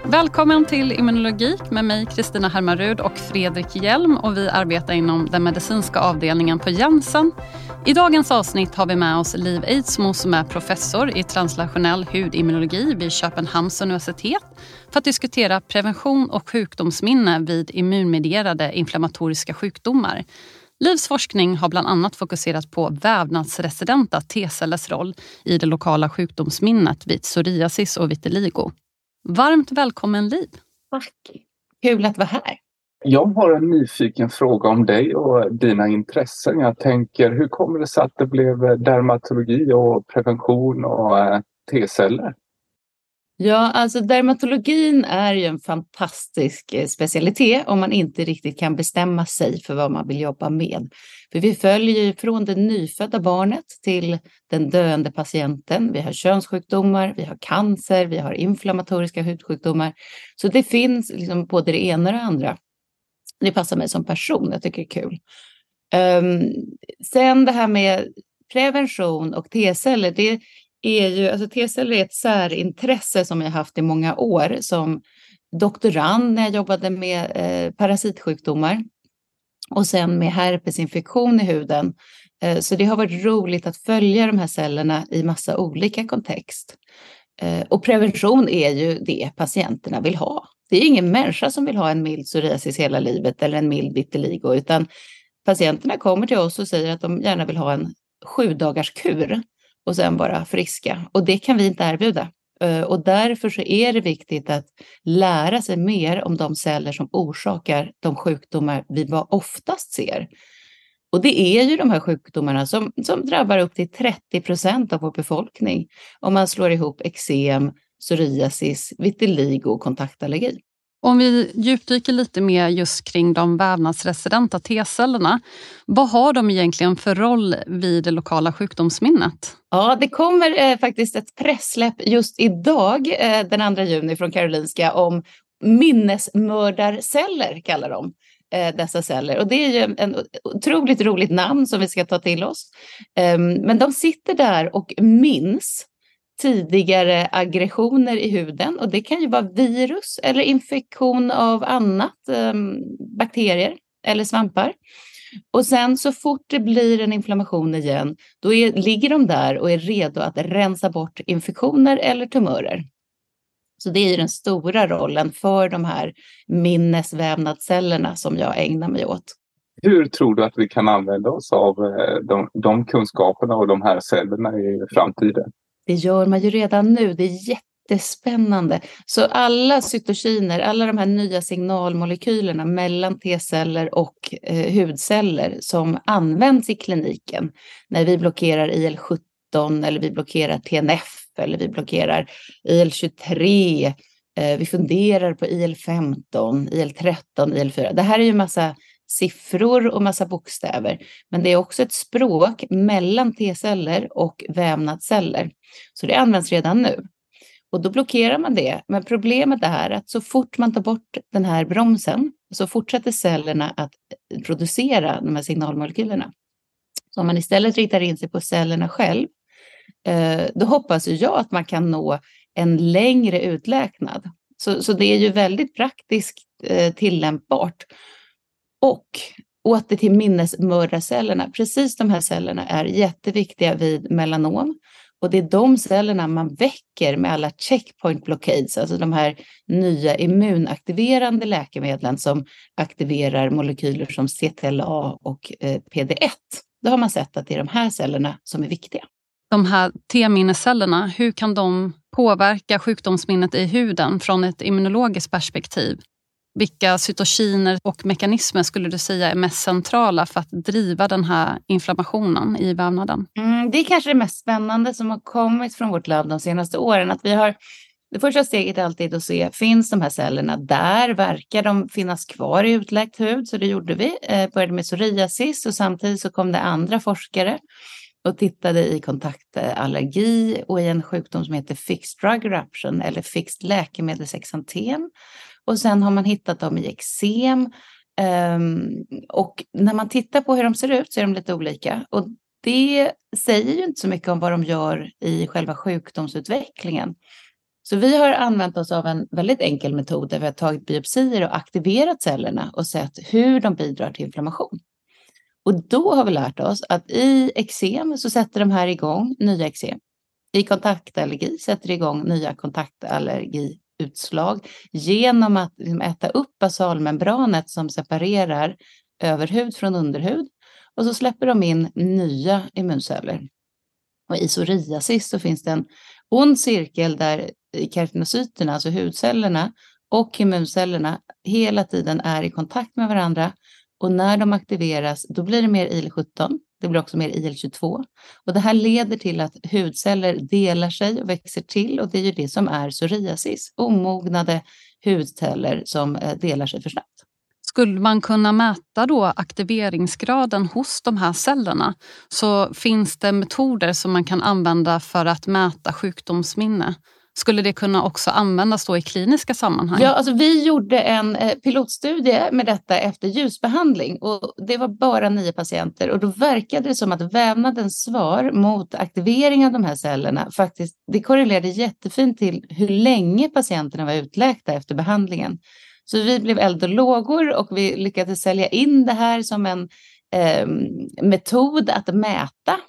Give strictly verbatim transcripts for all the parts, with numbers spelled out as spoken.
Välkommen till Immunologik med mig Kristina Hermarud och Fredrik Hjelm, och vi arbetar inom den medicinska avdelningen på Jensen. I dagens avsnitt har vi med oss Liv Eidsmo som är professor i translationell hudimmunologi vid Köpenhamns universitet för att diskutera prevention och sjukdomsminne vid immunmedierade inflammatoriska sjukdomar. Livs forskning har bland annat fokuserat på vävnadsresidenta T-cellers roll i det lokala sjukdomsminnet vid psoriasis och vitiligo. Varmt välkommen Liv. Tack. Kul att vara här. Jag har en nyfiken fråga om dig och dina intressen. Jag tänker, hur kommer det sig att det blev dermatologi och prevention och eh, T-celler? Ja, alltså dermatologin är ju en fantastisk specialitet om man inte riktigt kan bestämma sig för vad man vill jobba med. För vi följer ju från det nyfödda barnet till den döende patienten. Vi har könssjukdomar, vi har cancer, vi har inflammatoriska hudsjukdomar. Så det finns liksom både det ena och det andra. Det passar mig som person, jag tycker det är kul. Um, sen det här med prevention och T-celler, det är ju, alltså T-celler är ett särintresse som jag haft i många år som doktorand när jag jobbade med eh, parasitsjukdomar och sen med herpesinfektion i huden. Eh, så det har varit roligt att följa de här cellerna i massa olika kontext. Eh, och prevention är ju det patienterna vill ha. Det är ingen människa som vill ha en mild psoriasis hela livet eller en mild vitiligo, utan patienterna kommer till oss och säger att de gärna vill ha en sju dagars kur och sen vara friska. Och det kan vi inte erbjuda. Och därför så är det viktigt att lära sig mer om de celler som orsakar de sjukdomar vi oftast ser. Och det är ju de här sjukdomarna som, som drabbar upp till trettio procent av vår befolkning. Om man slår ihop eksem, psoriasis, vitiligo och kontaktallergi. Om vi djupdyker lite mer just kring de vävnadsresidenta T-cellerna, vad har de egentligen för roll vid det lokala sjukdomsminnet? Ja, det kommer eh, faktiskt ett pressläpp just idag, eh, den andra juni från Karolinska, om minnesmördarceller kallar de eh, dessa celler. Och det är ju en, en otroligt roligt namn som vi ska ta till oss. Eh, men de sitter där och minns tidigare aggressioner i huden, och det kan ju vara virus eller infektion av annat, eh, bakterier eller svampar. Och sen så fort det blir en inflammation igen, då är, ligger de där och är redo att rensa bort infektioner eller tumörer. Så det är ju den stora rollen för de här minnesvävnadscellerna som jag ägnar mig åt. Hur tror du att vi kan använda oss av de, de kunskaperna och de här cellerna i framtiden? Det gör man ju redan nu, det är jättespännande. Så alla cytokiner, alla de här nya signalmolekylerna mellan T-celler och eh, hudceller som används i kliniken när vi blockerar I L sjutton eller vi blockerar T N F eller vi blockerar I L tjugotre, eh, vi funderar på I L femton, I L tretton, I L fyra. Det här är ju massa siffror och massa bokstäver, men det är också ett språk mellan T-celler och vävnadsceller. Så det används redan nu. Och då blockerar man det. Men problemet är att så fort man tar bort den här bromsen så fortsätter cellerna att producera de här signalmolekylerna. Så om man istället riktar in sig på cellerna själv, då hoppas jag att man kan nå en längre utläknad. Så, så det är ju väldigt praktiskt tillämpbart. Och åter till minnesmördarcellerna. Precis de här cellerna är jätteviktiga vid melanom. Och det är de cellerna man väcker med alla checkpoint blockades. Alltså de här nya immunaktiverande läkemedlen som aktiverar molekyler som C T L A och P D ett. Då har man sett att det är de här cellerna som är viktiga. De här T-minnescellerna, hur kan de påverka sjukdomsminnet i huden från ett immunologiskt perspektiv? Vilka cytokiner och mekanismer skulle du säga är mest centrala för att driva den här inflammationen i vävnaden? Mm, det är kanske det mest spännande som har kommit från vårt labb de senaste åren. Att vi har, det första steget är alltid att se, finns de här cellerna där? Verkar de finnas kvar i utläkt hud? Så det gjorde vi. Eh, började med psoriasis och samtidigt så kom det andra forskare och tittade i kontaktallergi och i en sjukdom som heter fixed drug eruption eller fixed läkemedelsexantem. Och sen har man hittat dem i eksem. Um, och när man tittar på hur de ser ut så är de lite olika. Och det säger ju inte så mycket om vad de gör i själva sjukdomsutvecklingen. Så vi har använt oss av en väldigt enkel metod där vi har tagit biopsier och aktiverat cellerna och sett hur de bidrar till inflammation. Och då har vi lärt oss att i eksem så sätter de här igång nya eksem. I kontaktallergi sätter det igång nya kontaktallergiutslag genom att liksom äta upp basalmembranet som separerar överhud från underhud. Och så släpper de in nya immunceller. Och i psoriasis så finns det en ond cirkel där keratinocyterna, alltså hudcellerna och immuncellerna hela tiden är i kontakt med varandra. Och när de aktiveras då blir det mer I L sjutton, det blir också mer I L tjugotvå. Och det här leder till att hudceller delar sig och växer till och det är ju det som är psoriasis. Omognade hudceller som delar sig för snabbt. Skulle man kunna mäta då aktiveringsgraden hos de här cellerna så finns det metoder som man kan använda för att mäta sjukdomsminne. Skulle det kunna också användas då i kliniska sammanhang? Ja, alltså vi gjorde en pilotstudie med detta efter ljusbehandling och det var bara nio patienter och då verkade det som att vävnadens svar mot aktivering av de här cellerna faktiskt, det korrelerade jättefint till hur länge patienterna var utläkta efter behandlingen. Så vi blev eld och lågor och vi lyckades sälja in det här som en eh, metod att mäta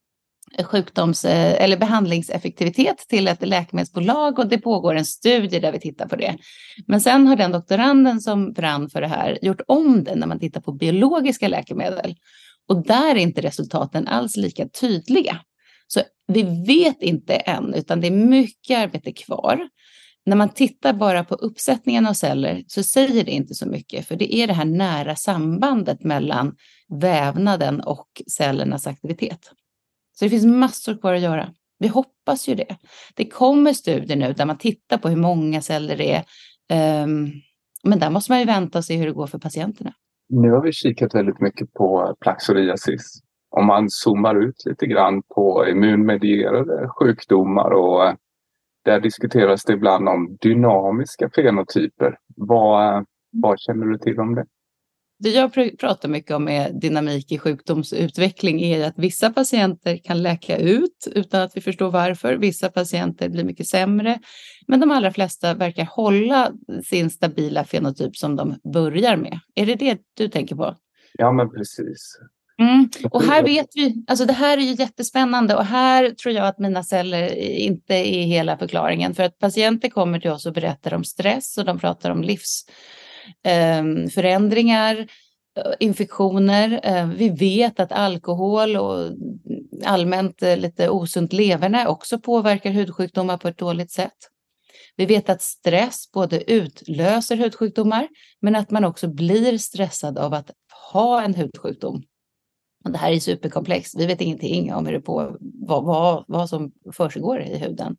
sjukdoms- eller behandlingseffektivitet till ett läkemedelsbolag och det pågår en studie där vi tittar på det. Men sen har den doktoranden som brann för det här gjort om det när man tittar på biologiska läkemedel och där är inte resultaten alls lika tydliga. Så vi vet inte än utan det är mycket arbete kvar. När man tittar bara på uppsättningen av celler så säger det inte så mycket för det är det här nära sambandet mellan vävnaden och cellernas aktivitet. Så det finns massor kvar att göra. Vi hoppas ju det. Det kommer studier nu där man tittar på hur många celler det är. Um, men där måste man ju vänta och se hur det går för patienterna. Nu har vi kikat väldigt mycket på plaque psoriasis. Om man zoomar ut lite grann på immunmedierade sjukdomar och där diskuteras det ibland om dynamiska fenotyper. Vad, vad känner du till om det? Det jag pr- pratar mycket om med dynamik i sjukdomsutveckling är att vissa patienter kan läka ut utan att vi förstår varför. Vissa patienter blir mycket sämre. Men de allra flesta verkar hålla sin stabila fenotyp som de börjar med. Är det det du tänker på? Ja, men precis. Mm. Och här vet vi, alltså det här är ju jättespännande och här tror jag att mina celler inte är hela förklaringen. För att patienter kommer till oss och berättar om stress och de pratar om livsförändringar, infektioner. Vi vet att alkohol och allmänt lite osunt leverne också påverkar hudsjukdomar på ett dåligt sätt. Vi vet att stress både utlöser hudsjukdomar men att man också blir stressad av att ha en hudsjukdom. Och det här är superkomplext. Vi vet ingenting om hur det på, vad, vad, vad som försiggår i huden.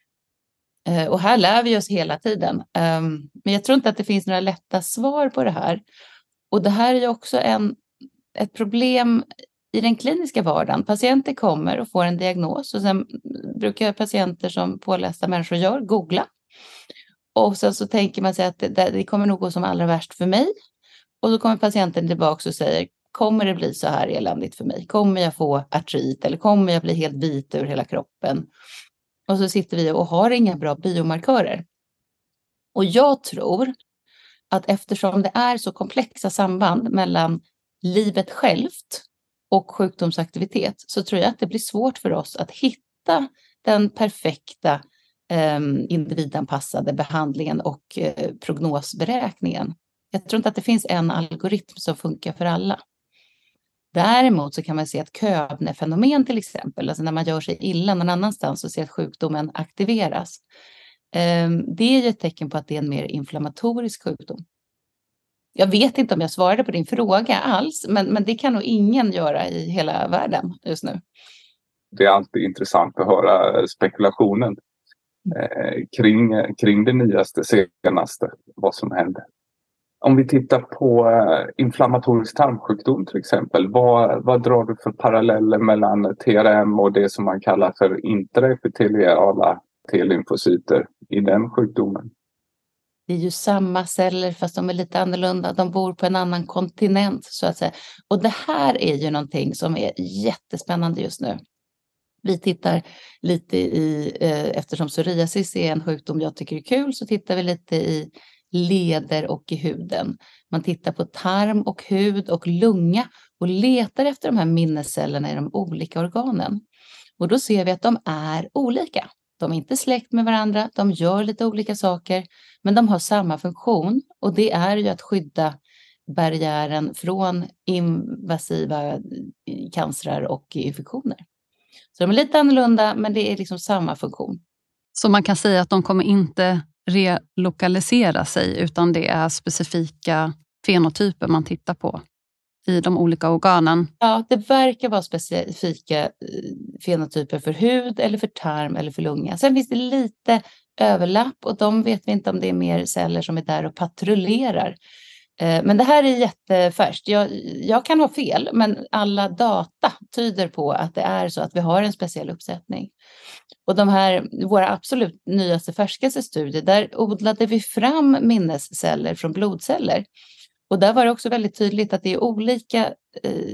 Uh, och här lär vi oss hela tiden. Um, men jag tror inte att det finns några lätta svar på det här. Och det här är ju också en, ett problem i den kliniska vardagen. Patienter kommer och får en diagnos och sen brukar patienter som pålästa människor gör googla. Och sen så tänker man sig att det, det kommer nog gå som allra värst för mig. Och så kommer patienten tillbaka och säger, kommer det bli så här eländigt för mig? Kommer jag få artrit eller kommer jag bli helt vit ur hela kroppen? Och så sitter vi och har inga bra biomarkörer. Och jag tror att eftersom det är så komplexa samband mellan livet självt och sjukdomsaktivitet så tror jag att det blir svårt för oss att hitta den perfekta eh, individanpassade behandlingen och eh, prognosberäkningen. Jag tror inte att det finns en algoritm som funkar för alla. Däremot så kan man se att Koebner-fenomen till exempel, alltså när man gör sig illa någon annanstans och ser att sjukdomen aktiveras. Det är ju ett tecken på att det är en mer inflammatorisk sjukdom. Jag vet inte om jag svarade på din fråga alls, men, men det kan nog ingen göra i hela världen just nu. Det är alltid intressant att höra spekulationen eh, kring, kring det nyaste, senaste, vad som händer. Om vi tittar på eh, inflammatorisk tarmsjukdom till exempel, vad, vad drar du för paralleller mellan T R M och det som man kallar för intraepiteliala T-lymfocyter i den sjukdomen? Det är ju samma celler fast de är lite annorlunda. De bor på en annan kontinent så att säga. Och det här är ju någonting som är jättespännande just nu. Vi tittar lite i, eh, eftersom psoriasis är en sjukdom jag tycker är kul, så tittar vi lite i leder och i huden. Man tittar på tarm och hud och lunga och letar efter de här minnescellerna i de olika organen. Och då ser vi att de är olika. De är inte släkt med varandra, de gör lite olika saker, men de har samma funktion, och det är ju att skydda barriären från invasiva cancrar och infektioner. Så de är lite annorlunda, men det är liksom samma funktion. Så man kan säga att de kommer inte relokalisera sig, utan det är specifika fenotyper man tittar på i de olika organen? Ja, det verkar vara specifika fenotyper för hud eller för tarm eller för lunga. Sen finns det lite överlapp, och de vet vi inte om det är mer celler som är där och patrullerar. Men det här är jättefärskt. Jag, jag kan ha fel, men alla data tyder på att det är så att vi har en speciell uppsättning. Och de här, våra absolut nyaste, färskaste studier, där odlade vi fram minnesceller från blodceller. Och där var det också väldigt tydligt att det är olika. Eh,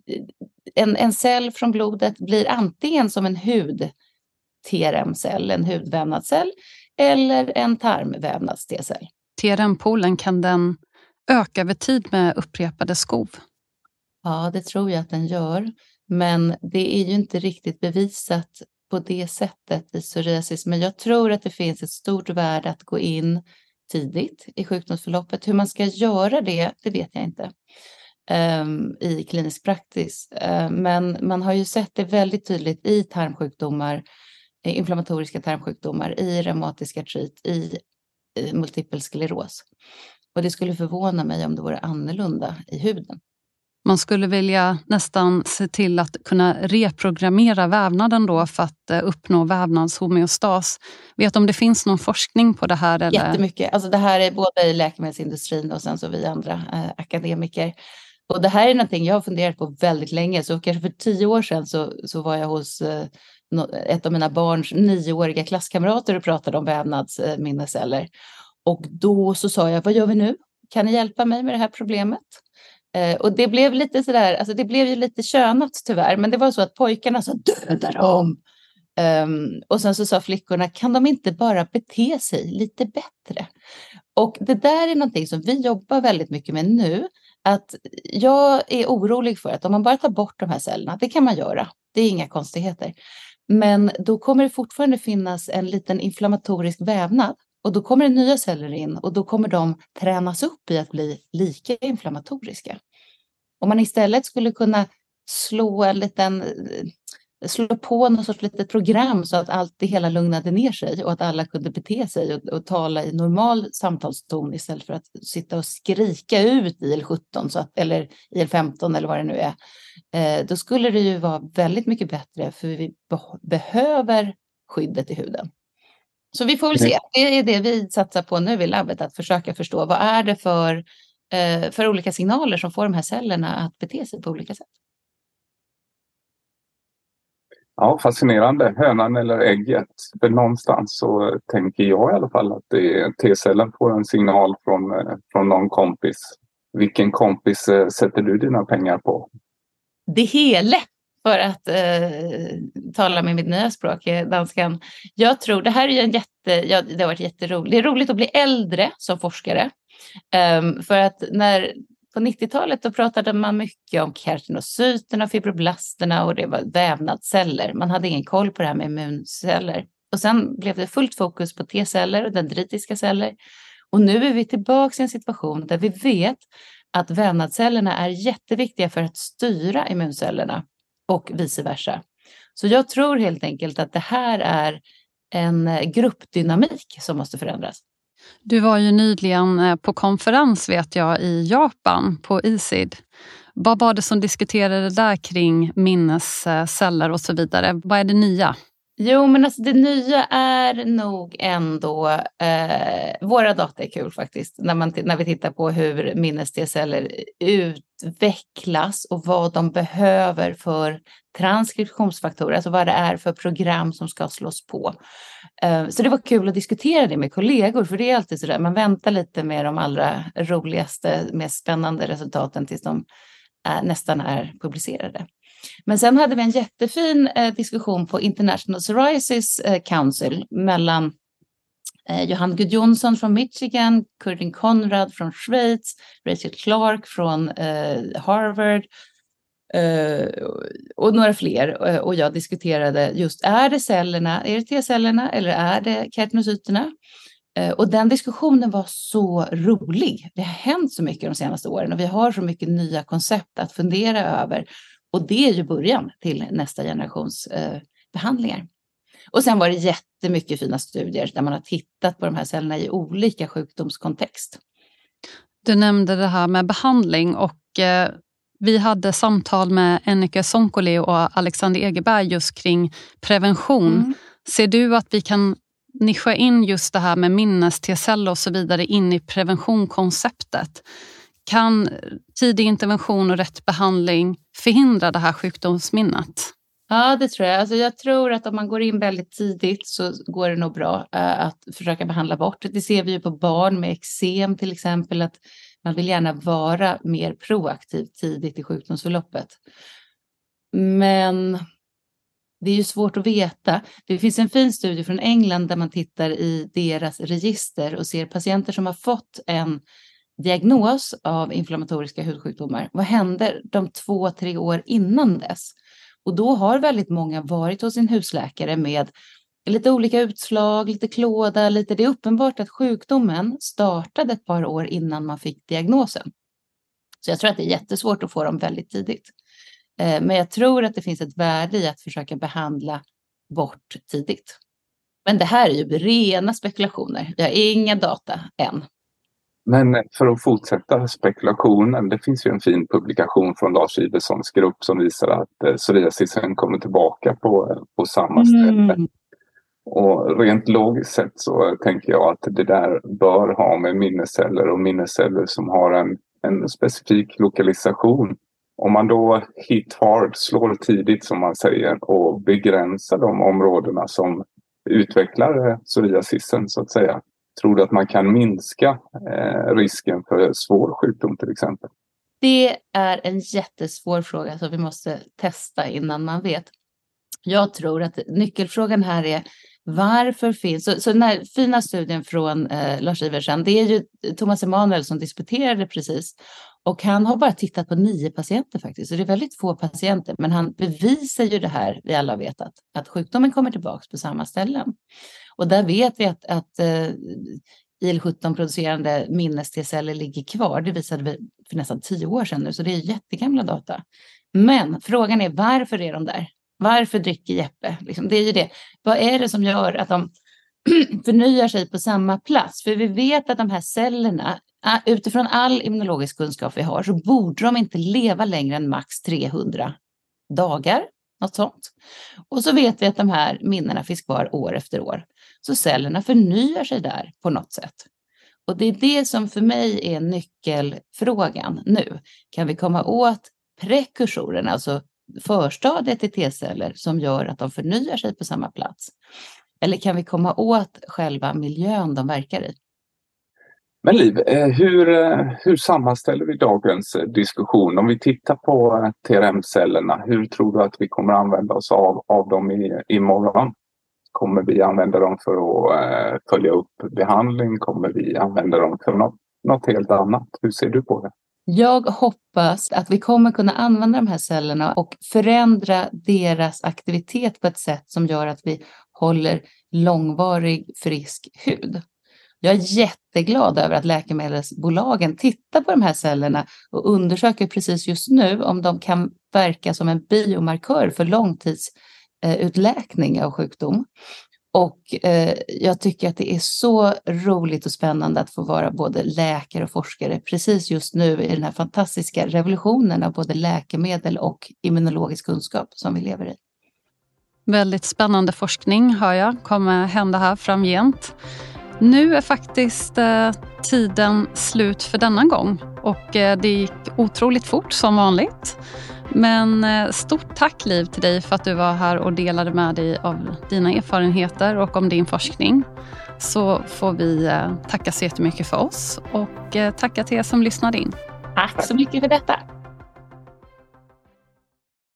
en, en cell från blodet blir antingen som en hud-T R M-cell, en hudvävnadscell, eller en tarmvävnads-T-cell. T R M-poolen, kan den öka över tid med upprepade skov? Ja, det tror jag att den gör. Men det är ju inte riktigt bevisat på det sättet i psoriasis. Men jag tror att det finns ett stort värde att gå in tidigt i sjukdomsförloppet. Hur man ska göra det, det vet jag inte um, i klinisk praktis. Uh, men man har ju sett det väldigt tydligt i tarmsjukdomar, inflammatoriska tarmsjukdomar, i reumatisk artrit, i, i multipel skleros. Och det skulle förvåna mig om det vore annorlunda i huden. Man skulle vilja nästan se till att kunna reprogrammera vävnaden då för att uppnå vävnadshomeostas. Vet om det finns någon forskning på det här? Eller? Jättemycket. Alltså det här är både i läkemedelsindustrin och sen så vi andra eh, akademiker. Och det här är någonting jag har funderat på väldigt länge. Så kanske för tio år sedan så, så var jag hos eh, ett av mina barns nioåriga klasskamrater och pratade om vävnadsminnesceller. Och då så sa jag, vad gör vi nu? Kan ni hjälpa mig med det här problemet? Eh, och det blev lite sådär, alltså det blev ju lite könat tyvärr. Men det var så att pojkarna sa, döda dem! Um, och sen så sa flickorna, kan de inte bara bete sig lite bättre? Och det där är någonting som vi jobbar väldigt mycket med nu. Att jag är orolig för att om man bara tar bort de här cellerna, det kan man göra, det är inga konstigheter. Men då kommer det fortfarande finnas en liten inflammatorisk vävnad. Och då kommer det nya celler in och då kommer de tränas upp i att bli lika inflammatoriska. Om man istället skulle kunna slå en liten, slå på något sorts litet program så att allt det hela lugnade ner sig och att alla kunde bete sig och, och tala i normal samtalston istället för att sitta och skrika ut i I L sjutton så att, eller I L femton eller vad det nu är. Eh, då skulle det ju vara väldigt mycket bättre, för vi be- behöver skyddet i huden. Så vi får väl se. Det är det vi satsar på nu i labbet, att försöka förstå vad är det för, eh, för olika signaler som får de här cellerna att bete sig på olika sätt. Ja, fascinerande. Hönan eller ägget. För någonstans så tänker jag i alla fall att det är T-cellen får en signal från, från någon kompis. Vilken kompis sätter du dina pengar på? Det hela, för att eh, tala med mitt nya språk, danskan. Jag tror, det här är en jätte, ja, det har varit jätteroligt. Det är roligt att bli äldre som forskare. Um, för att när... På nittiotalet då pratade man mycket om keratinocyterna, fibroblasterna och det var vävnadsceller. Man hade ingen koll på det här med immunceller. Och sen blev det fullt fokus på T-celler och dendritiska celler. Och nu är vi tillbaka i en situation där vi vet att vävnadscellerna är jätteviktiga för att styra immuncellerna och vice versa. Så jag tror helt enkelt att det här är en gruppdynamik som måste förändras. Du var ju nyligen på konferens, vet jag, i Japan på I C I D. Vad var det som diskuterade där kring minnesceller och så vidare? Vad är det nya? Jo, men alltså det nya är nog ändå, eh, våra data är kul faktiskt, när, man, när vi tittar på hur minnes-T-celler utvecklas och vad de behöver för transkriptionsfaktorer, alltså vad det är för program som ska slås på. Eh, så det var kul att diskutera det med kollegor, för det är alltid sådär, man väntar lite med de allra roligaste, mest spännande resultaten tills de är, nästan är publicerade. Men sen hade vi en jättefin eh, diskussion på International Psoriasis eh, Council mellan eh, Johan Gudjonsson från Michigan, Kurtin Konrad från Schweiz, Rachel Clark från eh, Harvard eh, och några fler. Eh, och jag diskuterade just, är det cellerna, är det T-cellerna eller är det keratinocyterna? Eh, och den diskussionen var så rolig. Det har hänt så mycket de senaste åren och vi har så mycket nya koncept att fundera över. Och det är ju början till nästa generations eh, behandlingar. Och sen var det jättemycket fina studier där man har tittat på de här cellerna i olika sjukdomskontext. Du nämnde det här med behandling och eh, vi hade samtal med Ennike Sonkoli och Alexander Egerberg just kring prevention. Mm. Ser du att vi kan nischa in just det här med minnes-T-celler och så vidare in i preventionkonceptet? Kan tidig intervention och rätt behandling förhindra det här sjukdomsminnet? Ja, det tror jag. Alltså jag tror att om man går in väldigt tidigt så går det nog bra äh, att försöka behandla bort det. Det ser vi ju på barn med eksem till exempel, att man vill gärna vara mer proaktiv tidigt i sjukdomsförloppet. Men det är ju svårt att veta. Det finns en fin studie från England där man tittar i deras register och ser patienter som har fått en diagnos av inflammatoriska hudsjukdomar. Vad händer de två, tre år innan dess? Och då har väldigt många varit hos sin husläkare med lite olika utslag, lite klåda, lite. Det är uppenbart att sjukdomen startade ett par år innan man fick diagnosen. Så jag tror att det är jättesvårt att få dem väldigt tidigt. Men jag tror att det finns ett värde i att försöka behandla bort tidigt. Men det här är ju rena spekulationer. Jag har inga data än. Men för att fortsätta spekulationen, det finns ju en fin publikation från Lars Iverssons grupp som visar att psoriasisen kommer tillbaka på, på samma ställe. Mm. Och rent logiskt sett så tänker jag att det där bör ha med minnesceller och minnesceller som har en, en specifik lokalisation. Om man då hit hard, slår tidigt som man säger och begränsar de områdena som utvecklar psoriasisen så att säga. Tror du att man kan minska eh, risken för svår sjukdom till exempel? Det är en jättesvår fråga som vi måste testa innan man vet. Jag tror att nyckelfrågan här är varför finns... Så, så den här fina studien från eh, Lars Iversson, det är ju Thomas Emanuel som disputerade precis. Och han har bara tittat på nio patienter faktiskt. Så det är väldigt få patienter. Men han bevisar ju det här vi alla vet att, att sjukdomen kommer tillbaka på samma ställen. Och där vet vi att, att uh, I L sjutton-producerande minnes-T-celler ligger kvar. Det visade vi för nästan tio år sedan nu. Så det är jättegamla data. Men frågan är varför är de där? Varför dricker Jeppe? Liksom, det är ju det. Vad är det som gör att de förnyar sig på samma plats? För vi vet att de här cellerna, utifrån all immunologisk kunskap vi har, så borde de inte leva längre än max trehundra dagar. Något sånt. Och så vet vi att de här minnena finns kvar år efter år. Så cellerna förnyar sig där på något sätt. Och det är det som för mig är nyckelfrågan nu. Kan vi komma åt prekursorerna, alltså förstadiet till T-celler som gör att de förnyar sig på samma plats? Eller kan vi komma åt själva miljön de verkar i? Men Liv, hur, hur sammanställer vi dagens diskussion? Om vi tittar på T R M-cellerna, hur tror du att vi kommer använda oss av, av dem i, imorgon? Kommer vi använda dem för att uh, följa upp behandling? Kommer vi använda dem för något, något helt annat? Hur ser du på det? Jag hoppas att vi kommer kunna använda de här cellerna och förändra deras aktivitet på ett sätt som gör att vi håller långvarig frisk hud. Jag är jätteglad över att läkemedelsbolagen tittar på de här cellerna och undersöker precis just nu om de kan verka som en biomarkör för långtidsutläkning av sjukdom. Och eh, jag tycker att det är så roligt och spännande att få vara både läkare och forskare precis just nu i den här fantastiska revolutionen av både läkemedel och immunologisk kunskap som vi lever i. Väldigt spännande forskning hör jag kommer hända här framgent. Nu är faktiskt eh, tiden slut för denna gång och eh, det gick otroligt fort som vanligt. Men eh, stort tack Liv till dig för att du var här och delade med dig av dina erfarenheter och om din forskning. Så får vi eh, tacka så jättemycket för oss och eh, tacka till er som lyssnade in. Tack så mycket för detta.